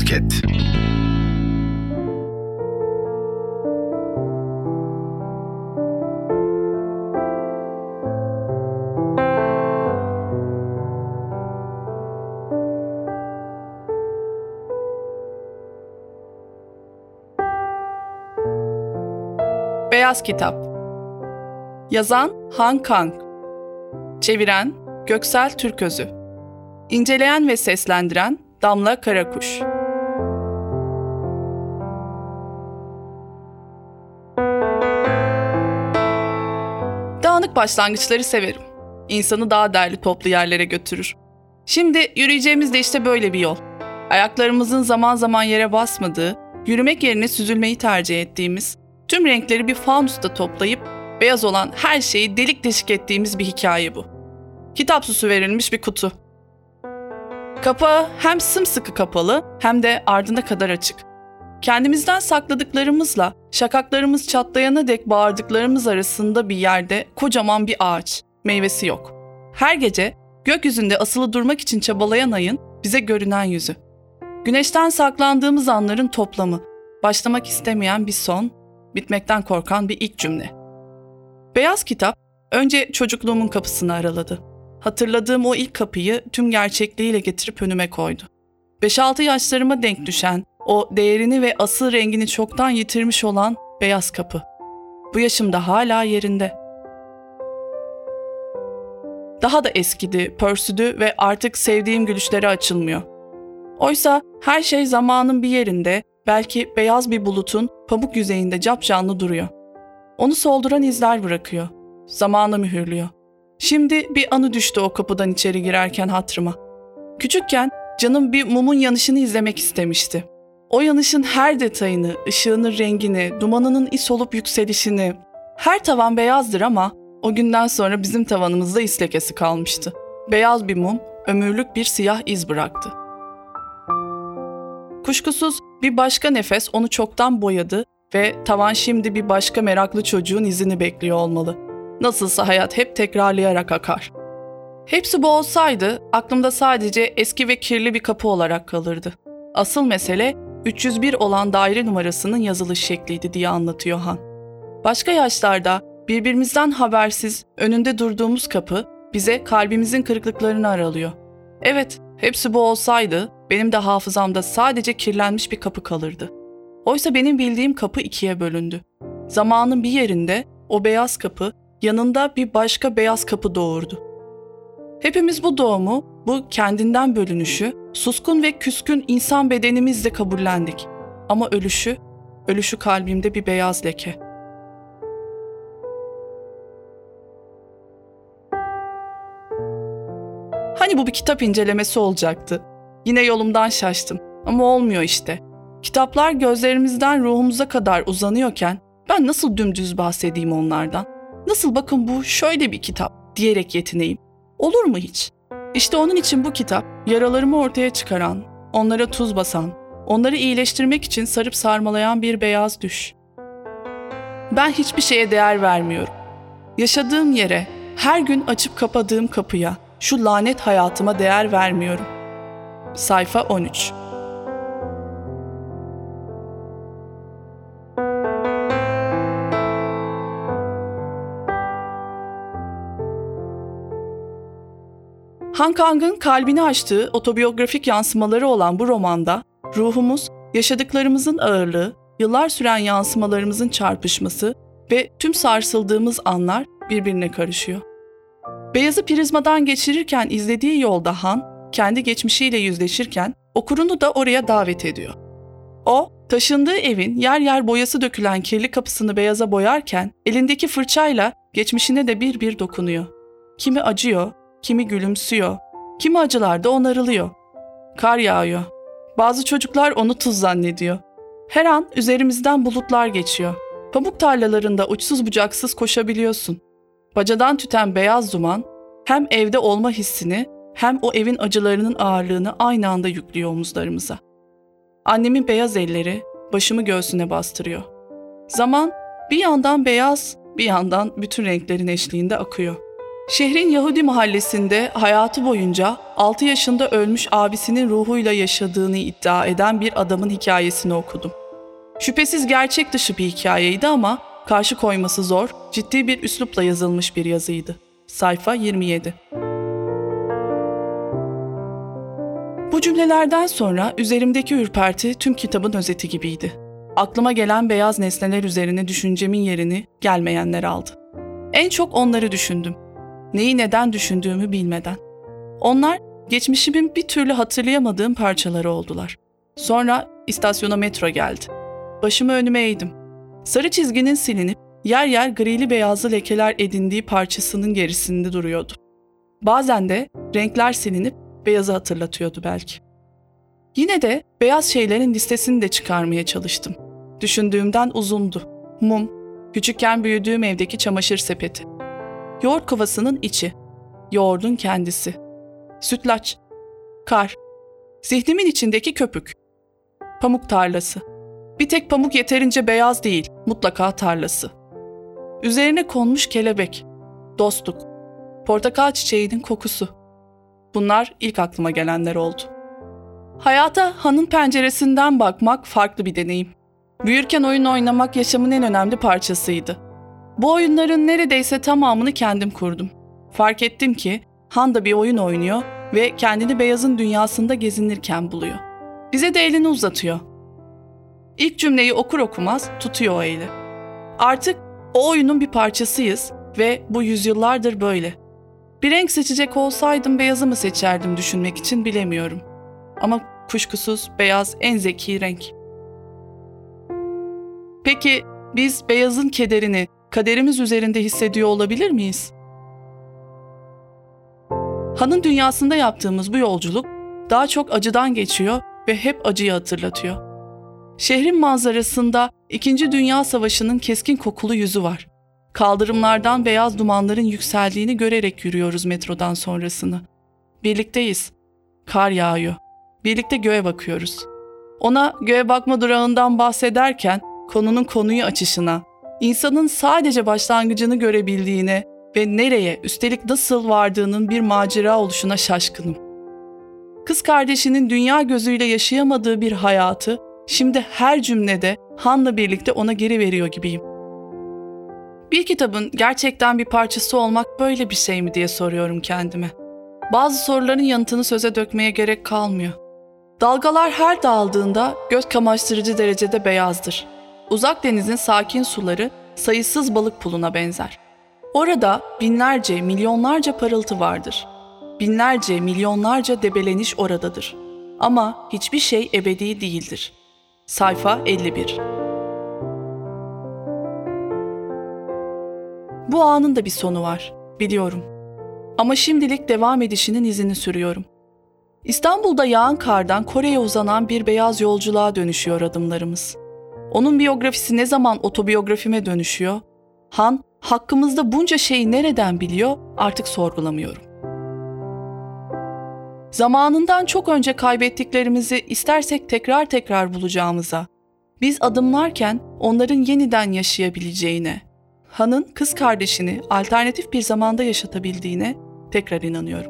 Podcast. Beyaz Kitap. Yazan Han Kang. Çeviren Göksel Türközü. İnceleyen ve seslendiren Damla Karakuş. Dağınık başlangıçları severim. İnsanı daha derli toplu yerlere götürür. Şimdi yürüyeceğimiz de işte böyle bir yol. Ayaklarımızın zaman zaman yere basmadığı, yürümek yerine süzülmeyi tercih ettiğimiz, tüm renkleri bir fanusta toplayıp beyaz olan her şeyi delik deşik ettiğimiz bir hikaye bu. Kitap süsü verilmiş bir kutu. Kapağı hem sımsıkı kapalı hem de ardına kadar açık. Kendimizden sakladıklarımızla şakaklarımız çatlayana dek bağırdıklarımız arasında bir yerde kocaman bir ağaç. Meyvesi yok. Her gece gökyüzünde asılı durmak için çabalayan ayın bize görünen yüzü. Güneşten saklandığımız anların toplamı. Başlamak istemeyen bir son, bitmekten korkan bir ilk cümle. Beyaz Kitap önce çocukluğumun kapısını araladı. Hatırladığım o ilk kapıyı tüm gerçekliğiyle getirip önüme koydu. 5-6 yaşlarıma denk düşen, o değerini ve asıl rengini çoktan yitirmiş olan beyaz kapı. Bu yaşımda hala yerinde. Daha da eskidi, pörsüdü ve artık sevdiğim gülüşlere açılmıyor. Oysa her şey zamanın bir yerinde, belki beyaz bir bulutun pamuk yüzeyinde capcanlı duruyor. Onu solduran izler bırakıyor. Zamanı mühürlüyor. Şimdi bir anı düştü o kapıdan içeri girerken hatırıma. Küçükken canım bir mumun yanışını izlemek istemişti. O yanışın her detayını, ışığının rengini, dumanının is olup yükselişini. Her tavan beyazdır ama o günden sonra bizim tavanımızda is lekesi kalmıştı. Beyaz bir mum, ömürlük bir siyah iz bıraktı. Kuşkusuz bir başka nefes onu çoktan boyadı ve tavan şimdi bir başka meraklı çocuğun izini bekliyor olmalı. Nasılsa hayat hep tekrarlayarak akar. Hepsi bu olsaydı aklımda sadece eski ve kirli bir kapı olarak kalırdı. Asıl mesele 301 olan daire numarasının yazılış şekliydi diye anlatıyor Han. Başka yaşlarda birbirimizden habersiz önünde durduğumuz kapı bize kalbimizin kırıklıklarını aralıyor. Evet, hepsi bu olsaydı benim de hafızamda sadece kirlenmiş bir kapı kalırdı. Oysa benim bildiğim kapı ikiye bölündü. Zamanın bir yerinde o beyaz kapı yanında bir başka beyaz kapı doğurdu. Hepimiz bu doğumu, bu kendinden bölünüşü, suskun ve küskün insan bedenimizle kabullendik. Ama ölüşü kalbimde bir beyaz leke. Hani bu bir kitap incelemesi olacaktı. Yine yolumdan şaştım ama olmuyor işte. Kitaplar gözlerimizden ruhumuza kadar uzanıyorken ben nasıl dümdüz bahsedeyim onlardan? Nasıl bakın bu şöyle bir kitap diyerek yetineyim? Olur mu hiç? İşte onun için bu kitap yaralarımı ortaya çıkaran, onlara tuz basan, onları iyileştirmek için sarıp sarmalayan bir beyaz düş. Ben hiçbir şeye değer vermiyorum. Yaşadığım yere, her gün açıp kapadığım kapıya, şu lanet hayatıma değer vermiyorum. Sayfa 13. Han Kang'ın kalbini açtığı otobiyografik yansımaları olan bu romanda ruhumuz, yaşadıklarımızın ağırlığı, yıllar süren yansımalarımızın çarpışması ve tüm sarsıldığımız anlar birbirine karışıyor. Beyazı prizmadan geçirirken izlediği yolda Han, kendi geçmişiyle yüzleşirken okurunu da oraya davet ediyor. O, taşındığı evin yer yer boyası dökülen kirli kapısını beyaza boyarken elindeki fırçayla geçmişine de bir bir dokunuyor. Kimi acıyor, kimi gülümsüyor, kimi acılarda onarılıyor. Kar yağıyor. Bazı çocuklar onu tuz zannediyor. Her an üzerimizden bulutlar geçiyor. Pamuk tarlalarında uçsuz bucaksız koşabiliyorsun. Bacadan tüten beyaz duman hem evde olma hissini hem o evin acılarının ağırlığını aynı anda yüklüyor omuzlarımıza. Annemin beyaz elleri başımı göğsüne bastırıyor. Zaman bir yandan beyaz, bir yandan bütün renklerin eşliğinde akıyor. Şehrin Yahudi mahallesinde hayatı boyunca 6 yaşında ölmüş abisinin ruhuyla yaşadığını iddia eden bir adamın hikayesini okudum. Şüphesiz gerçek dışı bir hikayeydi ama karşı koyması zor, ciddi bir üslupla yazılmış bir yazıydı. Sayfa 27. Bu cümlelerden sonra üzerimdeki ürperti tüm kitabın özeti gibiydi. Aklıma gelen beyaz nesneler üzerine düşüncemin yerini gelmeyenler aldı. En çok onları düşündüm. Neyi neden düşündüğümü bilmeden. Onlar geçmişimin bir türlü hatırlayamadığım parçaları oldular. Sonra istasyona metro geldi. Başımı önüme eğdim. Sarı çizginin silinip yer yer grili beyazlı lekeler edindiği parçasının gerisinde duruyordu. Bazen de renkler silinip beyazı hatırlatıyordu belki. Yine de beyaz şeylerin listesini de çıkarmaya çalıştım. Düşündüğümden uzundu. Mum, küçükken büyüdüğüm evdeki çamaşır sepeti. Yoğurt kovasının içi, yoğurdun kendisi. Sütlaç, kar, zihnimin içindeki köpük. Pamuk tarlası. Bir tek pamuk yeterince beyaz değil, mutlaka tarlası. Üzerine konmuş kelebek, dostluk, portakal çiçeğinin kokusu. Bunlar ilk aklıma gelenler oldu. Hayata Han'ın penceresinden bakmak farklı bir deneyim. Büyürken oyun oynamak yaşamın en önemli parçasıydı. Bu oyunların neredeyse tamamını kendim kurdum. Fark ettim ki Han da bir oyun oynuyor ve kendini beyazın dünyasında gezinirken buluyor. Bize de elini uzatıyor. İlk cümleyi okur okumaz tutuyor o eli. Artık o oyunun bir parçasıyız ve bu yüzyıllardır böyle. Bir renk seçecek olsaydım beyazı mı seçerdim düşünmek için bilemiyorum. Ama kuşkusuz beyaz en zeki renk. Peki biz beyazın kederini kaderimiz üzerinde hissediyor olabilir miyiz? Han'ın dünyasında yaptığımız bu yolculuk daha çok acıdan geçiyor ve hep acıyı hatırlatıyor. Şehrin manzarasında 2. Dünya Savaşı'nın keskin kokulu yüzü var. Kaldırımlardan beyaz dumanların yükseldiğini görerek yürüyoruz metrodan sonrasını. Birlikteyiz. Kar yağıyor. Birlikte göğe bakıyoruz. Ona göğe bakma durağından bahsederken konunun konuyu açışına, insanın sadece başlangıcını görebildiğine ve nereye, üstelik nasıl vardığının bir macera oluşuna şaşkınım. Kız kardeşinin dünya gözüyle yaşayamadığı bir hayatı şimdi her cümlede Han'la birlikte ona geri veriyor gibiyim. Bir kitabın gerçekten bir parçası olmak böyle bir şey mi diye soruyorum kendime. Bazı soruların yanıtını söze dökmeye gerek kalmıyor. Dalgalar her dağıldığında göz kamaştırıcı derecede beyazdır. Uzak denizin sakin suları sayısız balık puluna benzer. Orada binlerce, milyonlarca parıltı vardır. Binlerce, milyonlarca debeleniş oradadır. Ama hiçbir şey ebedi değildir. Sayfa 51. Bu anın da bir sonu var, biliyorum. Ama şimdilik devam edişinin izini sürüyorum. İstanbul'da yağan kardan Kore'ye uzanan bir beyaz yolculuğa dönüşüyor adımlarımız. Onun biyografisi ne zaman otobiyografime dönüşüyor? Han, hakkımızda bunca şeyi nereden biliyor artık sorgulamıyorum. Zamanından çok önce kaybettiklerimizi istersek tekrar tekrar bulacağımıza, biz adımlarken onların yeniden yaşayabileceğine, Han'ın kız kardeşini alternatif bir zamanda yaşatabildiğine tekrar inanıyorum.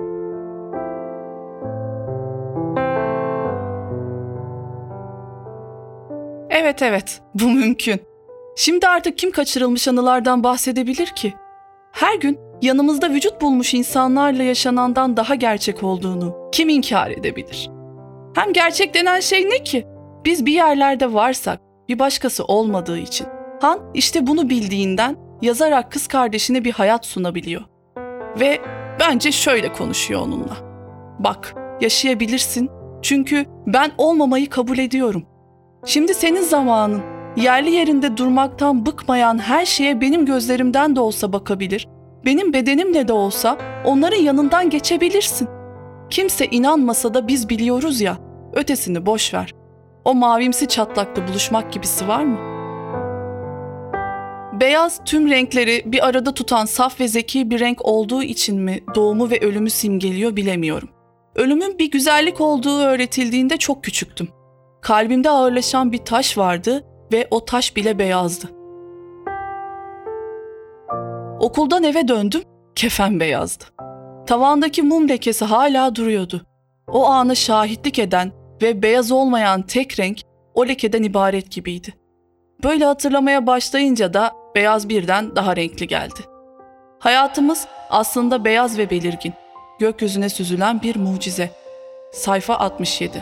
Evet, bu mümkün. Şimdi artık kim kaçırılmış anılardan bahsedebilir ki? Her gün yanımızda vücut bulmuş insanlarla yaşanandan daha gerçek olduğunu kim inkar edebilir? Hem gerçek denen şey ne ki? Biz bir yerlerde varsak bir başkası olmadığı için. Han işte bunu bildiğinden yazarak kız kardeşine bir hayat sunabiliyor. Ve bence şöyle konuşuyor onunla. Bak, yaşayabilirsin çünkü ben olmamayı kabul ediyorum. Şimdi senin zamanın. Yerli yerinde durmaktan bıkmayan her şeye benim gözlerimden de olsa bakabilir, benim bedenimle de olsa onların yanından geçebilirsin. Kimse inanmasa da biz biliyoruz ya, ötesini boş ver. O mavimsi çatlakta buluşmak gibisi var mı? Beyaz tüm renkleri bir arada tutan saf ve zeki bir renk olduğu için mi doğumu ve ölümü simgeliyor bilemiyorum. Ölümün bir güzellik olduğu öğretildiğinde çok küçüktüm. Kalbimde ağırlaşan bir taş vardı ve o taş bile beyazdı. Okuldan eve döndüm, kefen beyazdı. Tavandaki mum lekesi hala duruyordu. O ana şahitlik eden ve beyaz olmayan tek renk o lekeden ibaret gibiydi. Böyle hatırlamaya başlayınca da beyaz birden daha renkli geldi. Hayatımız aslında beyaz ve belirgin, gökyüzüne süzülen bir mucize. Sayfa 67.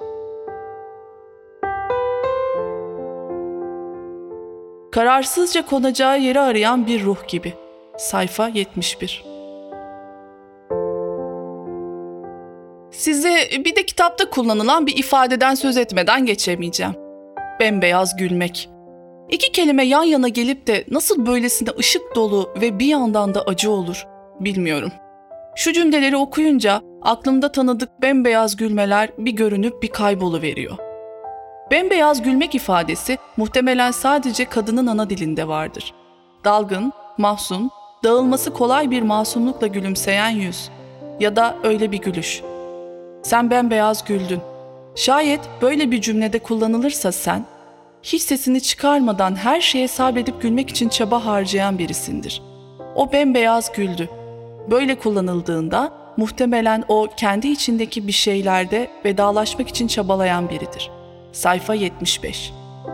Kararsızca konacağı yeri arayan bir ruh gibi. Sayfa 71. Size bir de kitapta kullanılan bir ifadeden söz etmeden geçemeyeceğim. Bembeyaz gülmek. İki kelime yan yana gelip de nasıl böylesine ışık dolu ve bir yandan da acı olur, bilmiyorum. Şu cümleleri okuyunca aklımda tanıdık bembeyaz gülmeler bir görünüp bir kayboluveriyor. Bembeyaz gülmek ifadesi muhtemelen sadece kadının ana dilinde vardır. Dalgın, mahzun, dağılması kolay bir masumlukla gülümseyen yüz ya da öyle bir gülüş. Sen bembeyaz güldün. Şayet böyle bir cümlede kullanılırsa sen, hiç sesini çıkarmadan her şeye sabredip gülmek için çaba harcayan birisindir. O bembeyaz güldü. Böyle kullanıldığında muhtemelen o kendi içindeki bir şeylerde vedalaşmak için çabalayan biridir. Sayfa 75.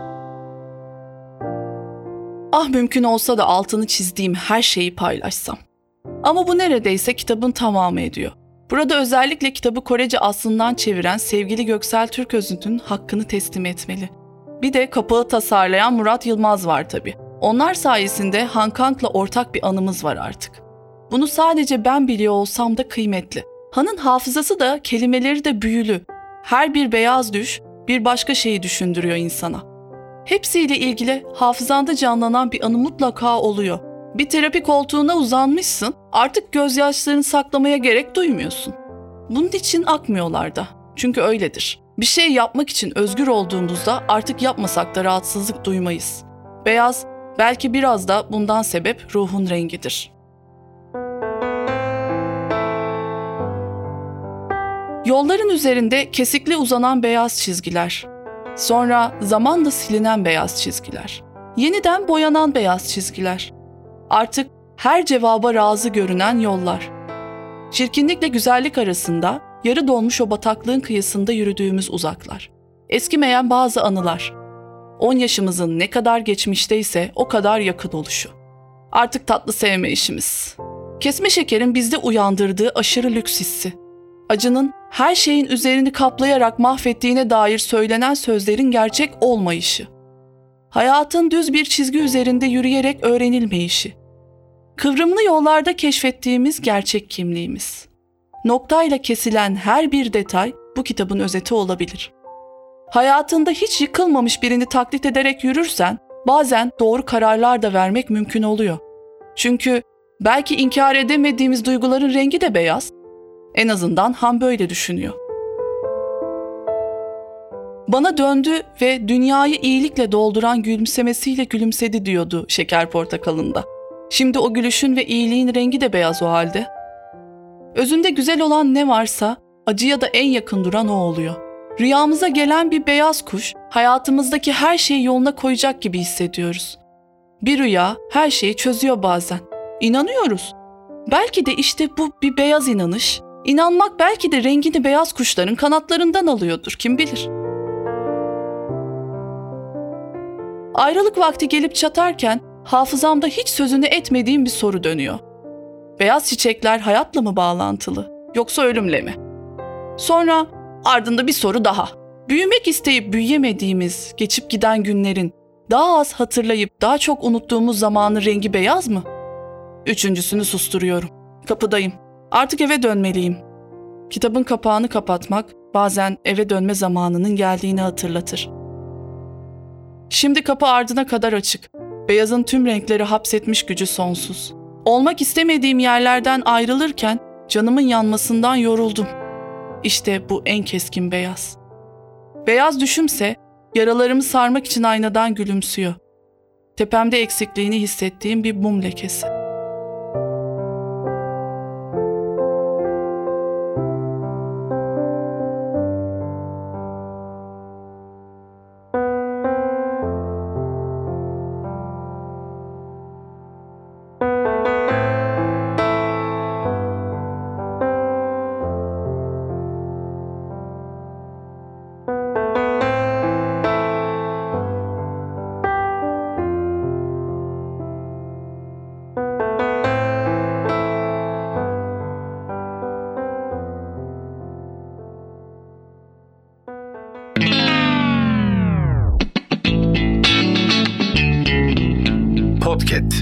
Ah mümkün olsa da altını çizdiğim her şeyi paylaşsam. Ama bu neredeyse kitabın tamamı ediyor. Burada özellikle kitabı Korece aslından çeviren sevgili Göksel Türközü'nün hakkını teslim etmeli. Bir de kapağı tasarlayan Murat Yılmaz var tabii. Onlar sayesinde Han Kang'la ortak bir anımız var artık. Bunu sadece ben biliyor olsam da kıymetli. Han'ın hafızası da kelimeleri de büyülü. Her bir beyaz düş bir başka şeyi düşündürüyor insana. Hepsiyle ilgili hafızanda canlanan bir anı mutlaka oluyor. Bir terapi koltuğuna uzanmışsın, artık gözyaşlarını saklamaya gerek duymuyorsun. Bunun için akmıyorlar da. Çünkü öyledir. Bir şey yapmak için özgür olduğumuzda artık yapmasak da rahatsızlık duymayız. Beyaz, belki biraz da bundan sebep ruhun rengidir. Yolların üzerinde kesikli uzanan beyaz çizgiler. Sonra zamanla silinen beyaz çizgiler. Yeniden boyanan beyaz çizgiler. Artık her cevaba razı görünen yollar. Çirkinlikle güzellik arasında, yarı dolmuş o bataklığın kıyısında yürüdüğümüz uzaklar. Eskimeyen bazı anılar. 10 yaşımızın ne kadar geçmişteyse o kadar yakın oluşu. Artık tatlı sevme işimiz. Kesme şekerin bizde uyandırdığı aşırı lüks hissi. Acının her şeyin üzerini kaplayarak mahvettiğine dair söylenen sözlerin gerçek olmayışı. Hayatın düz bir çizgi üzerinde yürüyerek öğrenilmeyişi. Kıvrımlı yollarda keşfettiğimiz gerçek kimliğimiz. Noktayla kesilen her bir detay bu kitabın özeti olabilir. Hayatında hiç yıkılmamış birini taklit ederek yürürsen bazen doğru kararlar da vermek mümkün oluyor. Çünkü belki inkar edemediğimiz duyguların rengi de beyaz. En azından Han böyle düşünüyor. Bana döndü ve dünyayı iyilikle dolduran gülümsemesiyle gülümsedi diyordu Şeker Portakalı'nda. Şimdi o gülüşün ve iyiliğin rengi de beyaz o halde. Özünde güzel olan ne varsa acıya da en yakın duran o oluyor. Rüyamıza gelen bir beyaz kuş hayatımızdaki her şeyi yoluna koyacak gibi hissediyoruz. Bir rüya her şeyi çözüyor bazen. İnanıyoruz. Belki de işte bu bir beyaz inanış. İnanmak belki de rengini beyaz kuşların kanatlarından alıyordur, kim bilir. Ayrılık vakti gelip çatarken hafızamda hiç sözünü etmediğim bir soru dönüyor. Beyaz çiçekler hayatla mı bağlantılı, yoksa ölümle mi? Sonra ardında bir soru daha. Büyümek isteyip büyüyemediğimiz, geçip giden günlerin daha az hatırlayıp daha çok unuttuğumuz zamanın rengi beyaz mı? Üçüncüsünü susturuyorum. Kapıdayım. Artık eve dönmeliyim. Kitabın kapağını kapatmak bazen eve dönme zamanının geldiğini hatırlatır. Şimdi kapı ardına kadar açık. Beyazın tüm renkleri hapsetmiş gücü sonsuz. Olmak istemediğim yerlerden ayrılırken canımın yanmasından yoruldum. İşte bu en keskin beyaz. Beyaz düşümse yaralarımı sarmak için aynadan gülümsüyor. Tepemde eksikliğini hissettiğim bir mum lekesi. Podcast.